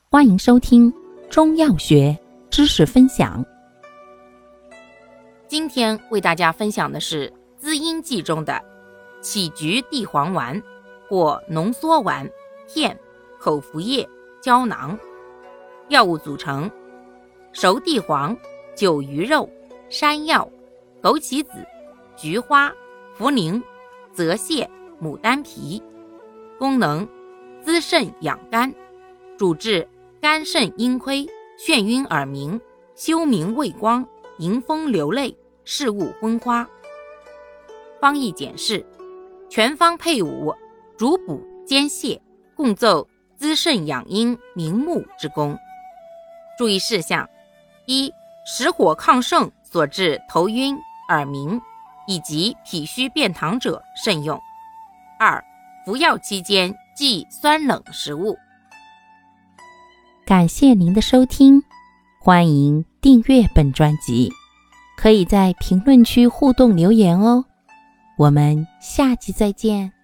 欢迎收听中药学知识分享。 今天为大家分享的是滋阴剂中的杞菊地黄丸或浓缩丸片口服液胶囊。药物组成：熟地黄、酒鱼肉、山药、枸杞子、菊花、茯苓、泽泻、牡丹皮。功能：滋肾养肝，主治肝肾阴亏、眩晕耳鸣、休明畏光、迎风流泪、视物昏花。方义简释：全方配伍，主补兼泻，共奏滋肾养阴明目之功。注意事项：一、实火亢盛所致头晕、耳鸣以及脾虚便溏者慎用。二、服药期间忌酸冷食物。 感谢您的收听，欢迎订阅本专辑，可以在评论区互动留言哦。我们下期再见。